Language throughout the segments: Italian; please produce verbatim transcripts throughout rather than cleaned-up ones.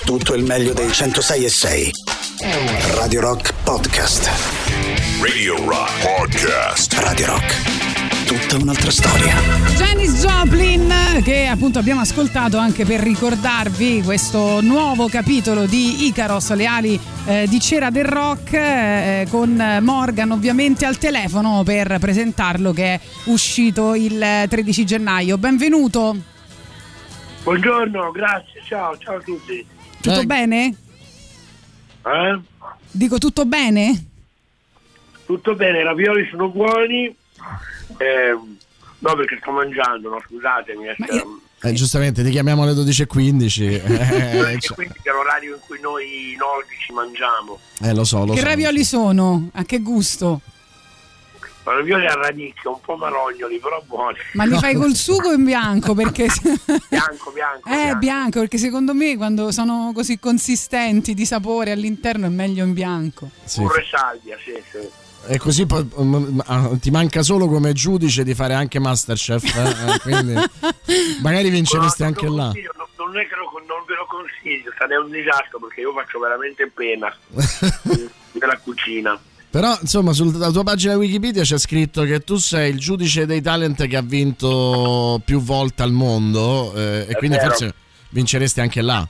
Tutto il meglio dei centosei e sei. Radio Rock Podcast. Radio Rock Podcast. Radio Rock. Tutta un'altra storia. Janis Joplin, che appunto abbiamo ascoltato anche per ricordarvi questo nuovo capitolo di Icaros, le ali eh, di cera del rock, eh, con Morgan ovviamente al telefono per presentarlo, che è uscito il tredici gennaio. Benvenuto. Buongiorno, grazie, ciao, ciao a tutti. Tutto eh. bene? Eh? Dico tutto bene? Tutto bene, i ravioli sono buoni. Eh, no, perché sto mangiando, no, scusatemi. Io... Eh, giustamente, ti chiamiamo alle dodici e quindici. Eh, cioè. Quindi è l'orario in cui noi nordici mangiamo. Eh, lo so, lo che so. Che ravioli sono? A che gusto? Ravioli a radicchio, un po' marognoli, però buoni. Ma li fai col sugo o in bianco? Perché bianco, bianco. Eh, bianco. bianco, perché secondo me quando sono così consistenti di sapore all'interno è meglio in bianco. Sì. Pure salvia, sì, sì. E così poi um, ti manca solo come giudice di fare anche Masterchef, eh? Quindi magari vinceresti no, anche là. Non, non è che lo, non ve lo consiglio, è un disastro perché io faccio veramente pena nella cucina. Però insomma sulla tua pagina Wikipedia c'è scritto che tu sei il giudice dei talent che ha vinto più volte al mondo, eh, e quindi vero. Forse vinceresti anche là.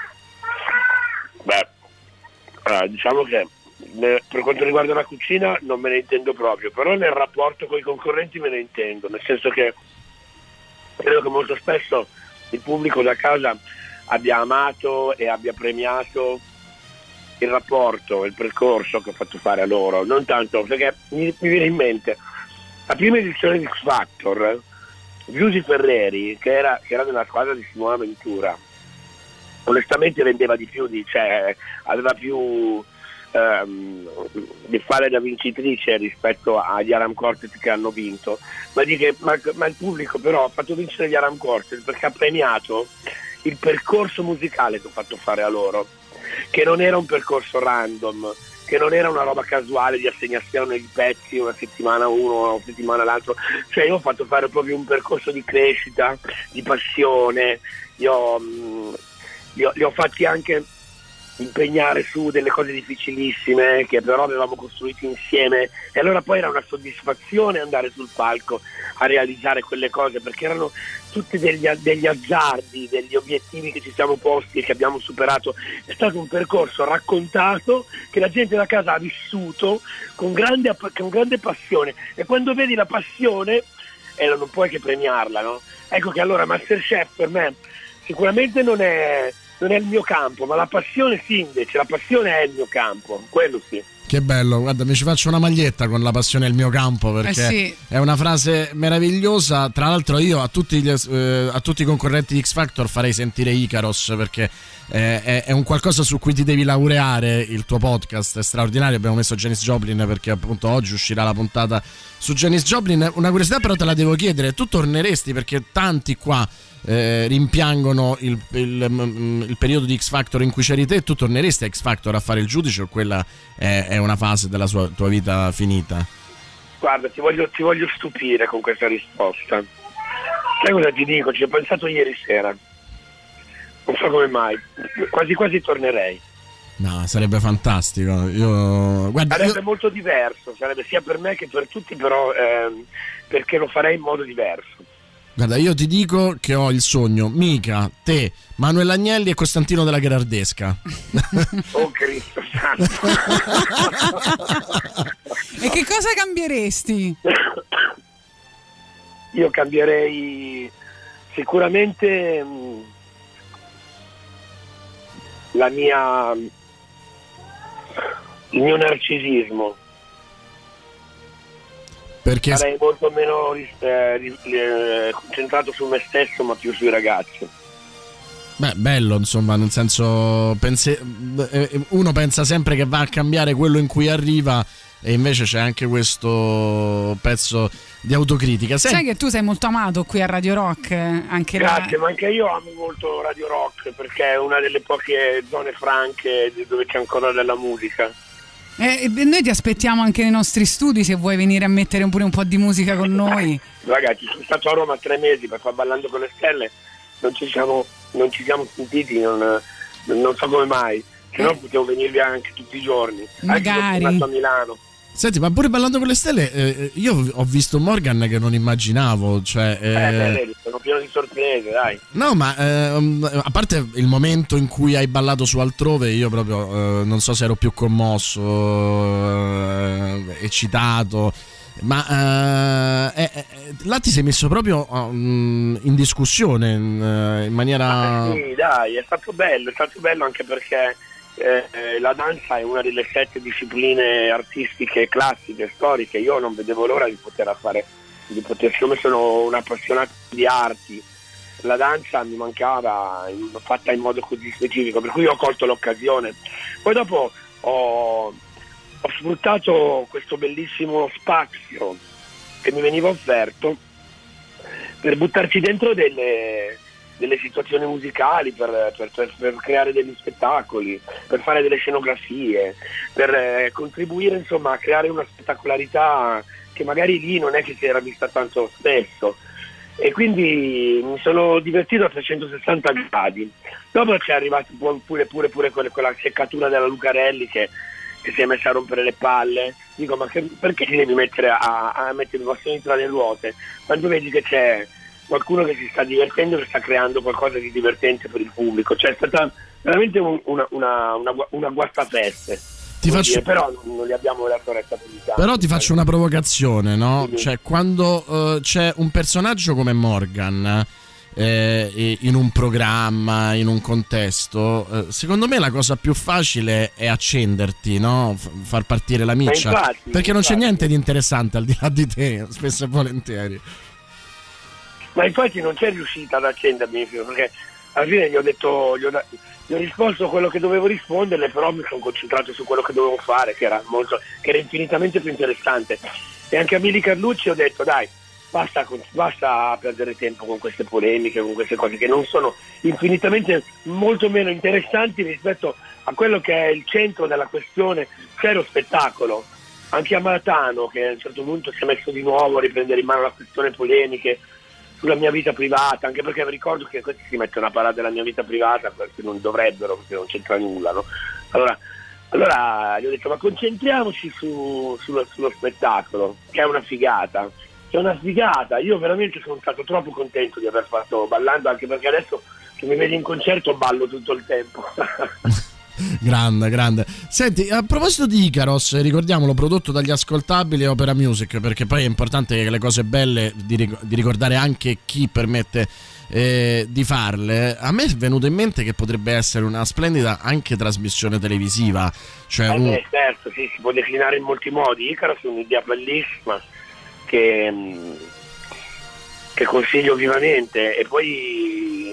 Beh, allora, diciamo che per quanto riguarda la cucina non me ne intendo proprio, però nel rapporto con i concorrenti me ne intendo, nel senso che credo che molto spesso il pubblico da casa abbia amato e abbia premiato il rapporto, il percorso che ho fatto fare a loro, non tanto perché mi, mi viene in mente la prima edizione di X Factor, Giusy Ferreri, che era, che era nella squadra di Simona Ventura, onestamente rendeva di più, di, cioè aveva più ehm, di fare da vincitrice rispetto agli Aram Quartet che hanno vinto, ma, di che, ma, ma il pubblico però ha fatto vincere gli Aram Quartet perché ha premiato il percorso musicale che ho fatto fare a loro, che non era un percorso random, che non era una roba casuale di assegnazione di pezzi una settimana uno, una settimana l'altro, cioè io ho fatto fare proprio un percorso di crescita, di passione, io, mh, li, ho, li ho fatti anche impegnare su delle cose difficilissime che però avevamo costruito insieme, e allora poi era una soddisfazione andare sul palco a realizzare quelle cose, perché erano tutti degli, degli azzardi, degli obiettivi che ci siamo posti e che abbiamo superato. È stato un percorso raccontato che la gente da casa ha vissuto con grande, con grande passione, e quando vedi la passione eh, non puoi che premiarla, no? Ecco che allora Masterchef per me sicuramente non è non è il mio campo, ma la passione sì, invece la passione è il mio campo, quello sì. Che bello, guarda, mi ci faccio una maglietta con la passione è il mio campo, perché eh sì. È una frase meravigliosa. Tra l'altro io a tutti, gli, eh, a tutti i concorrenti di X Factor farei sentire Icaros, perché eh, è, è un qualcosa su cui ti devi laureare. Il tuo podcast è straordinario, abbiamo messo Janis Joplin perché appunto oggi uscirà la puntata su Janis Joplin. Una curiosità però te la devo chiedere, tu torneresti, perché tanti qua Eh, rimpiangono il, il, il periodo di X Factor in cui c'eri te, tu torneresti a X Factor a fare il giudice o quella è, è una fase della sua, tua vita finita? Guarda, ti voglio, ti voglio stupire con questa risposta. Sai cosa ti dico? Ci ho pensato ieri sera, non so come mai, quasi quasi tornerei. No, sarebbe fantastico. Io, guarda, sarebbe io... molto diverso, sarebbe sia per me che per tutti, però ehm, perché lo farei in modo diverso. Guarda, io ti dico che ho il sogno, Mica, te, Manuel Agnelli e Costantino della Gherardesca. Oh Cristo santo. E che cosa cambieresti? Io cambierei sicuramente mh, la mia il mio narcisismo. Perché sarei molto meno eh, eh, concentrato su me stesso, ma più sui ragazzi. Beh, bello, insomma, nel senso, pense, uno pensa sempre che va a cambiare quello in cui arriva, e invece c'è anche questo pezzo di autocritica. Sai, Sai che tu sei molto amato qui a Radio Rock, anche grazie, la... ma anche io amo molto Radio Rock, perché è una delle poche zone franche dove c'è ancora della musica. E noi ti aspettiamo anche nei nostri studi, se vuoi venire a mettere pure un po' di musica con noi. Ragazzi, sono stato a Roma tre mesi per far Ballando con le Stelle, non ci siamo, non ci siamo sentiti, non, non so come mai, se no potevo venirvi anche tutti i giorni. Magari. Anche a Milano. Senti, ma pure Ballando con le Stelle, eh, io ho visto Morgan che non immaginavo, cioè... Eh, eh beh, vedi, sono pieno di sorprese, dai. No, ma eh, a parte il momento in cui hai ballato su Altrove, io proprio eh, non so se ero più commosso, eh, eccitato, ma eh, eh, là ti sei messo proprio um, in discussione in, in maniera... Ah, sì, dai, è stato bello, è stato bello anche perché... Eh, la danza è una delle sette discipline artistiche classiche, storiche. Io non vedevo l'ora di poter fare, di poter, siccome sono un appassionato di arti, la danza mi mancava in, fatta in modo così specifico, per cui ho colto l'occasione. Poi dopo ho, ho sfruttato questo bellissimo spazio che mi veniva offerto per buttarci dentro delle delle situazioni musicali, per, per, per, per creare degli spettacoli, per fare delle scenografie, per eh, contribuire insomma a creare una spettacolarità che magari lì non è che si era vista tanto spesso, e quindi mi sono divertito a trecentosessanta gradi. Dopo c'è arrivata pure, pure, pure quella, quella seccatura della Lucarelli che, che si è messa a rompere le palle. Dico, ma che, perché ti devi mettere a, a mettere i bastoni tra le ruote quando vedi che c'è qualcuno che si sta divertendo, che sta creando qualcosa di divertente per il pubblico? Cioè è stata veramente un, una, una, una, una guastafeste. Ti faccio... dire, però non gli abbiamo dato retta pubblicità. Però ti faccio una provocazione, no? Sì. Cioè quando uh, c'è un personaggio come Morgan eh, in un programma, in un contesto, eh, secondo me la cosa più facile è accenderti, no? F- far partire la miccia, infatti, perché non infatti. c'è niente di interessante al di là di te, spesso e volentieri. Ma infatti non c'è riuscita ad accendermi, perché alla fine gli ho detto, gli ho, da, gli ho risposto quello che dovevo risponderle, però mi sono concentrato su quello che dovevo fare, che era molto, che era infinitamente più interessante. E anche a Mili Carlucci ho detto, dai, basta, basta perdere tempo con queste polemiche, con queste cose che non sono infinitamente molto meno interessanti rispetto a quello che è il centro della questione, cioè lo spettacolo. Anche a Maratano, che a un certo punto si è messo di nuovo a riprendere in mano la questione polemiche sulla mia vita privata, anche perché vi ricordo che questi si mettono a parlare della mia vita privata perché non dovrebbero, perché non c'entra nulla, no? Allora, allora gli ho detto, ma concentriamoci su, sullo, sullo spettacolo, che è una figata, che è una figata. Io veramente sono stato troppo contento di aver fatto Ballando, anche perché adesso che mi vedi in concerto ballo tutto il tempo. Grande, grande. Senti, a proposito di Icaros, ricordiamolo, prodotto dagli Ascoltabili e Opera Music, perché poi è importante che le cose belle di, di ricordare anche chi permette eh, di farle. A me è venuto in mente che potrebbe essere una splendida anche trasmissione televisiva, cioè eh un... beh, certo, sì, si può declinare in molti modi. Icaros è un'idea bellissima che, che consiglio vivamente, e poi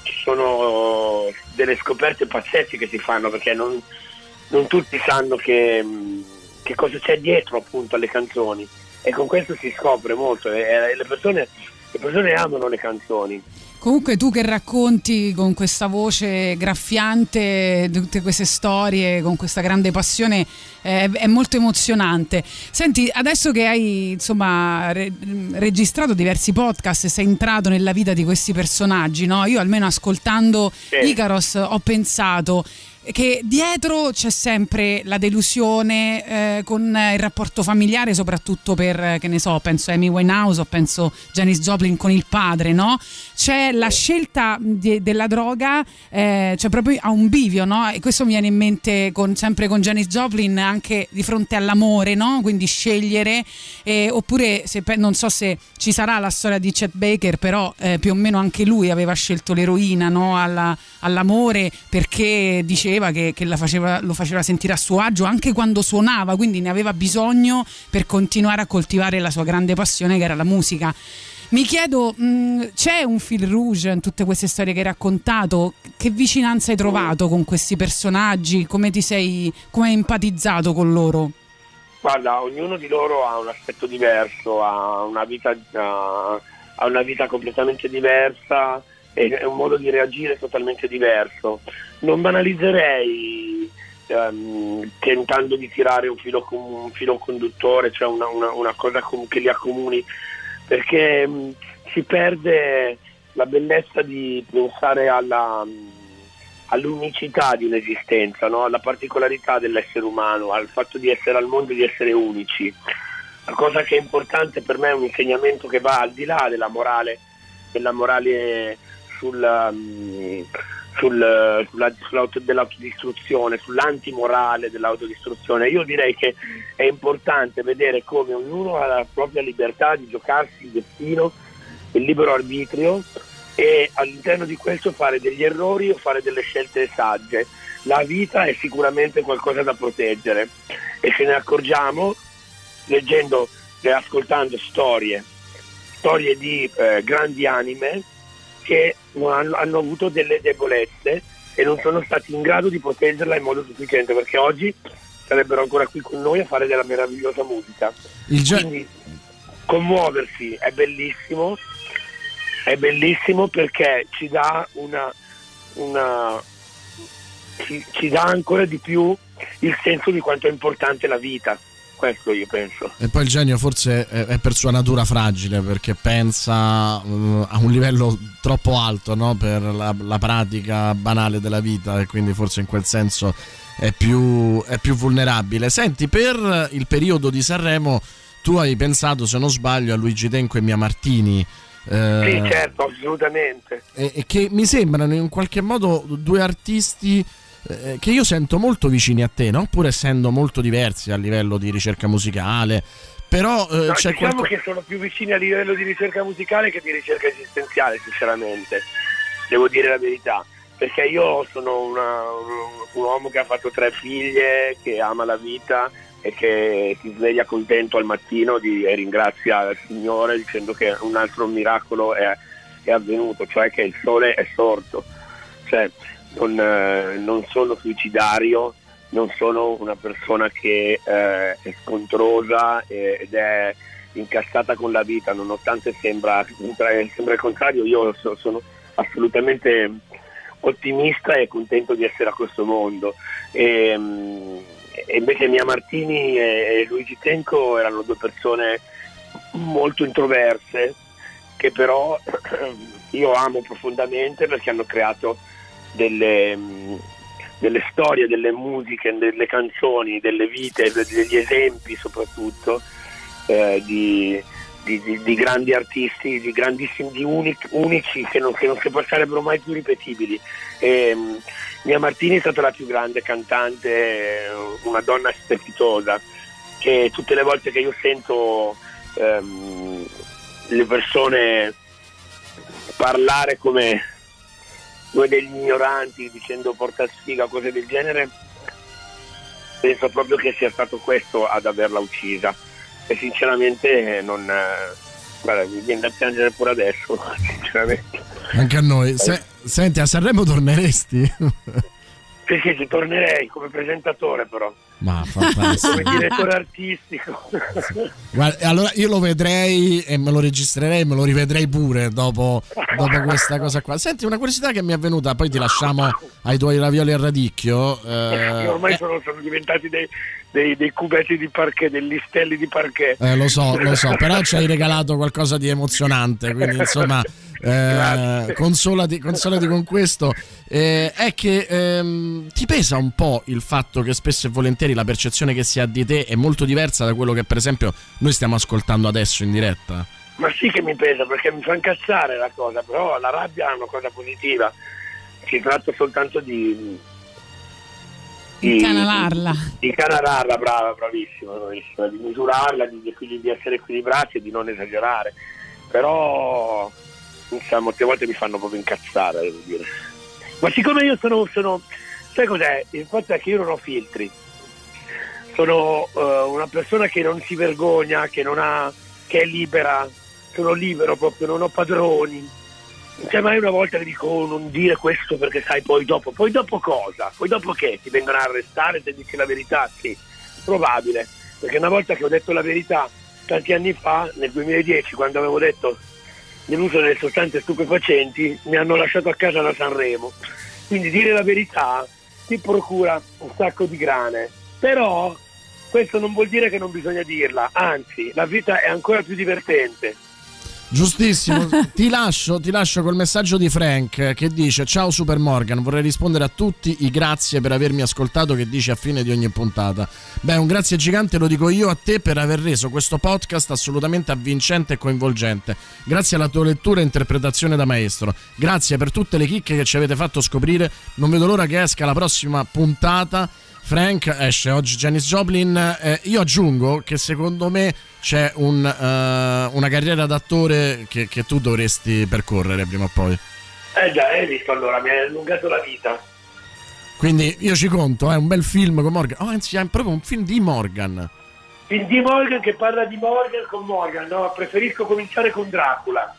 sono delle scoperte pazzesche che si fanno, perché non, non tutti sanno che, che cosa c'è dietro appunto alle canzoni, e con questo si scopre molto, e le persone, le persone amano le canzoni. Comunque tu che racconti con questa voce graffiante tutte queste storie, con questa grande passione, eh, è molto emozionante. Senti, adesso che hai insomma re- registrato diversi podcast e sei entrato nella vita di questi personaggi, no? Io almeno ascoltando sì. Icaros ho pensato che dietro c'è sempre la delusione eh, con il rapporto familiare, soprattutto per, che ne so, penso a Amy Winehouse o penso Janis Joplin con il padre, no? C'è la scelta di, della droga, eh, cioè proprio a un bivio, no? E questo mi viene in mente con, sempre con Janis Joplin, anche di fronte all'amore, no? Quindi scegliere, eh, oppure se, non so se ci sarà la storia di Chet Baker, però eh, più o meno anche lui aveva scelto l'eroina, no? Alla, all'amore, perché diceva che, che la faceva, lo faceva sentire a suo agio anche quando suonava, quindi ne aveva bisogno per continuare a coltivare la sua grande passione, che era la musica. Mi chiedo, mh, c'è un fil rouge in tutte queste storie che hai raccontato? Che vicinanza hai trovato con questi personaggi? Come ti sei, come hai empatizzato con loro? Guarda, ognuno di loro ha un aspetto diverso, ha una vita, ha, ha una vita completamente diversa, è un modo di reagire totalmente diverso. Non banalizzerei ehm, tentando di tirare un filo, un filo conduttore, cioè una, una, una cosa com- che li accomuni, perché mh, si perde la bellezza di pensare alla, mh, all'unicità di un'esistenza, no? Alla particolarità dell'essere umano, al fatto di essere al mondo, di essere unici. La cosa che è importante per me è un insegnamento che va al di là della morale, della morale sul, um, sul, sulla, sull'auto, dell'autodistruzione, sull'antimorale dell'autodistruzione. Io direi che è importante vedere come ognuno ha la propria libertà di giocarsi il destino, il libero arbitrio, e all'interno di questo fare degli errori o fare delle scelte sagge. La vita è sicuramente qualcosa da proteggere e ce ne accorgiamo leggendo e ascoltando storie storie di eh, grandi anime che non hanno, hanno avuto delle debolezze e non sono stati in grado di proteggerla in modo sufficiente, perché oggi sarebbero ancora qui con noi a fare della meravigliosa musica. Il ge- Quindi commuoversi è bellissimo, è bellissimo perché ci dà una, una ci, ci dà ancora di più il senso di quanto è importante la vita. Questo io penso. E poi il genio forse è per sua natura fragile, perché pensa uh, a un livello troppo alto, no? Per la, la pratica banale della vita, e quindi forse in quel senso è più, è più vulnerabile. Senti, per il periodo di Sanremo tu hai pensato, se non sbaglio, a Luigi Tenco e Mia Martini. Eh, sì, certo, assolutamente. E, e che mi sembrano in qualche modo due artisti Eh, che io sento molto vicini a te, no? Pur essendo molto diversi a livello di ricerca musicale, però eh, no, c'è diciamo qualco... che sono più vicini a livello di ricerca musicale che di ricerca esistenziale, sinceramente, devo dire la verità, perché io sono una, un, un uomo che ha fatto tre figlie, che ama la vita e che si sveglia contento al mattino di, e ringrazia il Signore dicendo che un altro miracolo è, è avvenuto, cioè che il sole è sorto. Cioè Non, eh, non sono suicidario, non sono una persona che eh, è scontrosa ed è incastrata con la vita, nonostante sembra, sembra il contrario. Io so, sono assolutamente ottimista e contento di essere a questo mondo. E, e invece Mia Martini e, e Luigi Tenco erano due persone molto introverse che però io amo profondamente, perché hanno creato Delle, delle storie, delle musiche, delle canzoni, delle vite, degli esempi soprattutto eh, di, di, di, di grandi artisti, di grandissimi, di unici, unici che non, che non si sarebbero mai più ripetibili. E, Mia Martini è stata la più grande cantante, una donna strepitosa, che tutte le volte che io sento ehm, le persone parlare come due degli ignoranti dicendo porta sfiga, cose del genere, penso proprio che sia stato questo ad averla uccisa, e sinceramente non guarda, mi viene da piangere pure adesso, sinceramente. Anche a noi. Se, senti, a Sanremo torneresti? Sì, sì, ci tornerei come presentatore, però. Ma fantastico. Come direttore artistico. Guarda, allora io lo vedrei e me lo registrerei, me lo rivedrei pure dopo, dopo questa cosa qua. Senti, una curiosità che mi è venuta, poi ti lasciamo ai tuoi ravioli a radicchio. Eh, ormai eh, sono, sono diventati dei, dei, dei cubetti di parquet, dei listelli di parquet. Eh, lo so, lo so, però ci hai regalato qualcosa di emozionante, quindi insomma eh, consolati, consolati con questo. Eh, è che ehm, ti pesa un po' il fatto che spesso e volentieri la percezione che si ha di te è molto diversa da quello che per esempio noi stiamo ascoltando adesso in diretta? Ma sì che mi pesa, perché mi fa incazzare la cosa, però la rabbia è una cosa positiva, si tratta soltanto di di canalarla di, di canalarla, brava, bravissima, bravissima, di misurarla, di, di, di essere equilibrati e di non esagerare, però insomma molte volte mi fanno proprio incazzare, devo dire. Ma siccome io sono, sono sai cos'è? Il fatto è che io non ho filtri, sono uh, una persona che non si vergogna, che non ha, che è libera, sono libero proprio, non ho padroni. Cioè mai una volta che dico oh, non dire questo perché sai poi dopo, poi dopo cosa? Poi dopo che? Ti vengono a arrestare se dici la verità? Sì, probabile, perché una volta che ho detto la verità tanti anni fa, nel duemiladieci, quando avevo detto dell'uso delle sostanze stupefacenti, mi hanno lasciato a casa da Sanremo. Quindi dire la verità ti procura un sacco di grane, però questo non vuol dire che non bisogna dirla, anzi la vita è ancora più divertente. Giustissimo. ti lascio ti lascio col messaggio di Frank che dice: ciao Super Morgan, vorrei rispondere a tutti i grazie per avermi ascoltato che dici a fine di ogni puntata. Beh, un grazie gigante lo dico io a te per aver reso questo podcast assolutamente avvincente e coinvolgente. Grazie alla tua lettura e interpretazione da maestro. Grazie per tutte le chicche che ci avete fatto scoprire. Non vedo l'ora che esca la prossima puntata. Frank, esce oggi Janis Joplin. Eh, io aggiungo che secondo me c'è un, uh, una carriera d'attore che, che tu dovresti percorrere prima o poi. Eh già, hai visto, allora mi hai allungato la vita. Quindi io ci conto, è eh, un bel film con Morgan. Oh, anzi, è proprio un film di Morgan. Film di Morgan che parla di Morgan con Morgan, no? Preferisco cominciare con Dracula.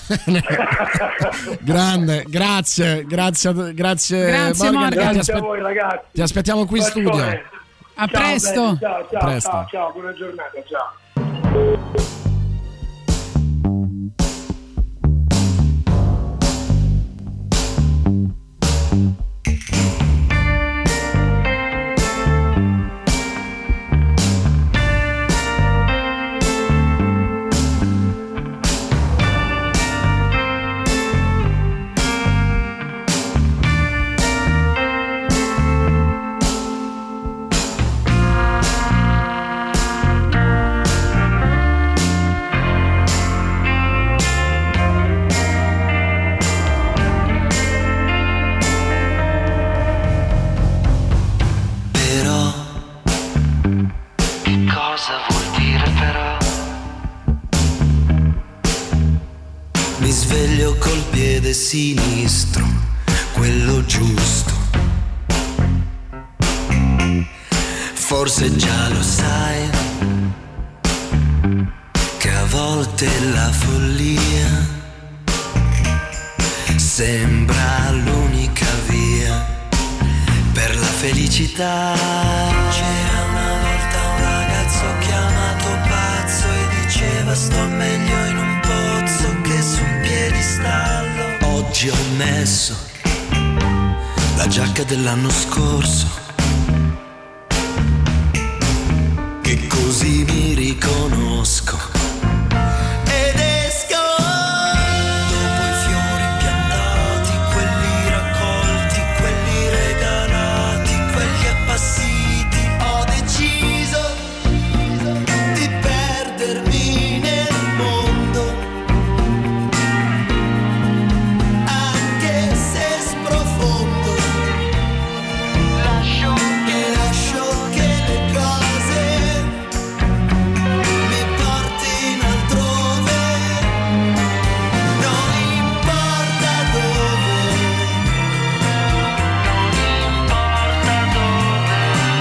Grande, grazie, grazie, grazie, grazie Morgan. Morgan. Ti, Grazie aspe- a voi ragazzi. ti aspettiamo qui in studio. A Ciao, presto. bene, ciao, ciao, Presto. ciao, ciao, buona giornata, ciao. Sinistro, quello giusto. Forse già lo sai che a volte la follia sembra l'unica via per la felicità. C'era una volta un ragazzo chiamato pazzo e diceva sto meglio in un pozzo che su un piedistallo. Oggi ho messo la giacca dell'anno scorso, che così mi riconosco. Ed esco dopo i fiori piantati, quelli raccolti, quelli regalati, quelli appassiti. Ho deciso di perdermi nel mondo, anche se sprofondo. Lascio che lascio che le cose mi portino altrove, non importa dove, non importa dove.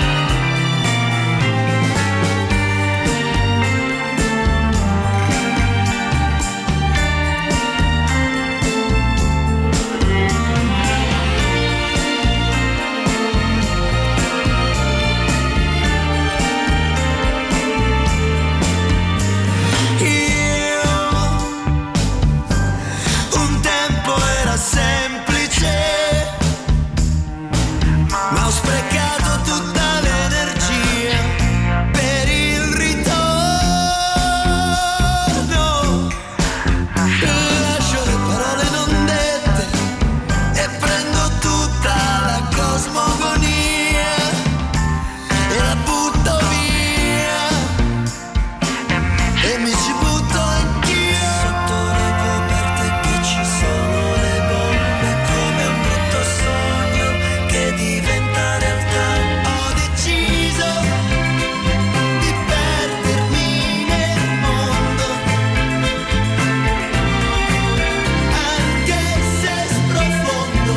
Io un tempo era semplice, ma ho sprecato tutta l'energia per il ritorno. Lascio le parole non dette e prendo tutta la cosmogonia e la butto via. E mi ci butto anch'io. Sotto le coperte che ci sono le bombe, come un brutto sogno che diventa realtà. Ho deciso di perdermi nel mondo, anche se sprofondo.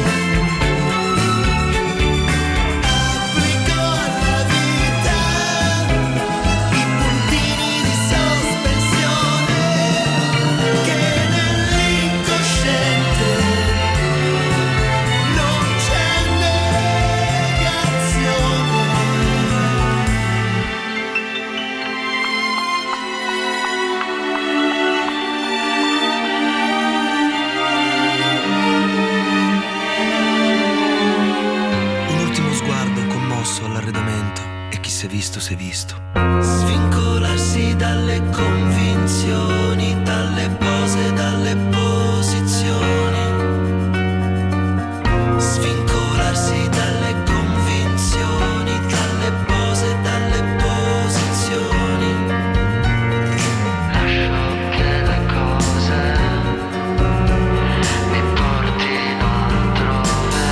Applico alla vita i puntini di sospensione che nell'incosciente non c'è negazione. Un ultimo sguardo commosso all'arredamento e chi si è visto si è visto. Svincolarsi dalle convinzioni, dalle pose dalle posizioni, svincolarsi dalle convinzioni, dalle pose, dalle posizioni. Lascio che le cose mi portino altrove.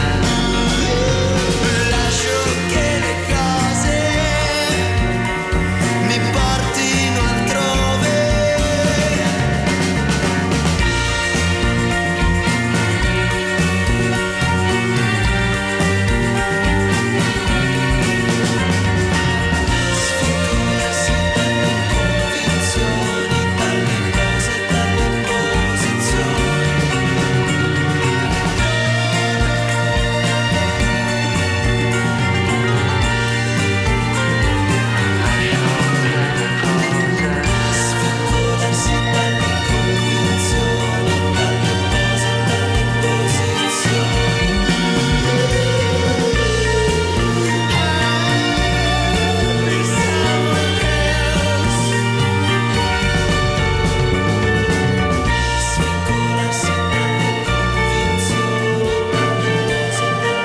Lascio che le cose mi portino altrove. Svincolarsi dalle convinzioni, dalle cose, dalle posizioni. Svincolarsi dalle convinzioni, dalle cose, dalle posizioni. Svincolarsi dalle convinzioni, dalle cose,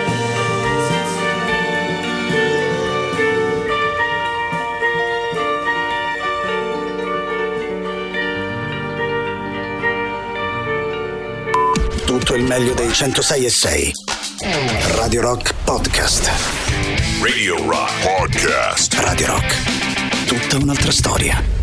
Tutto il meglio dei centosei e sei. Radio Rock Podcast. Radio Rock Podcast. Radio Rock. Tutta un'altra storia.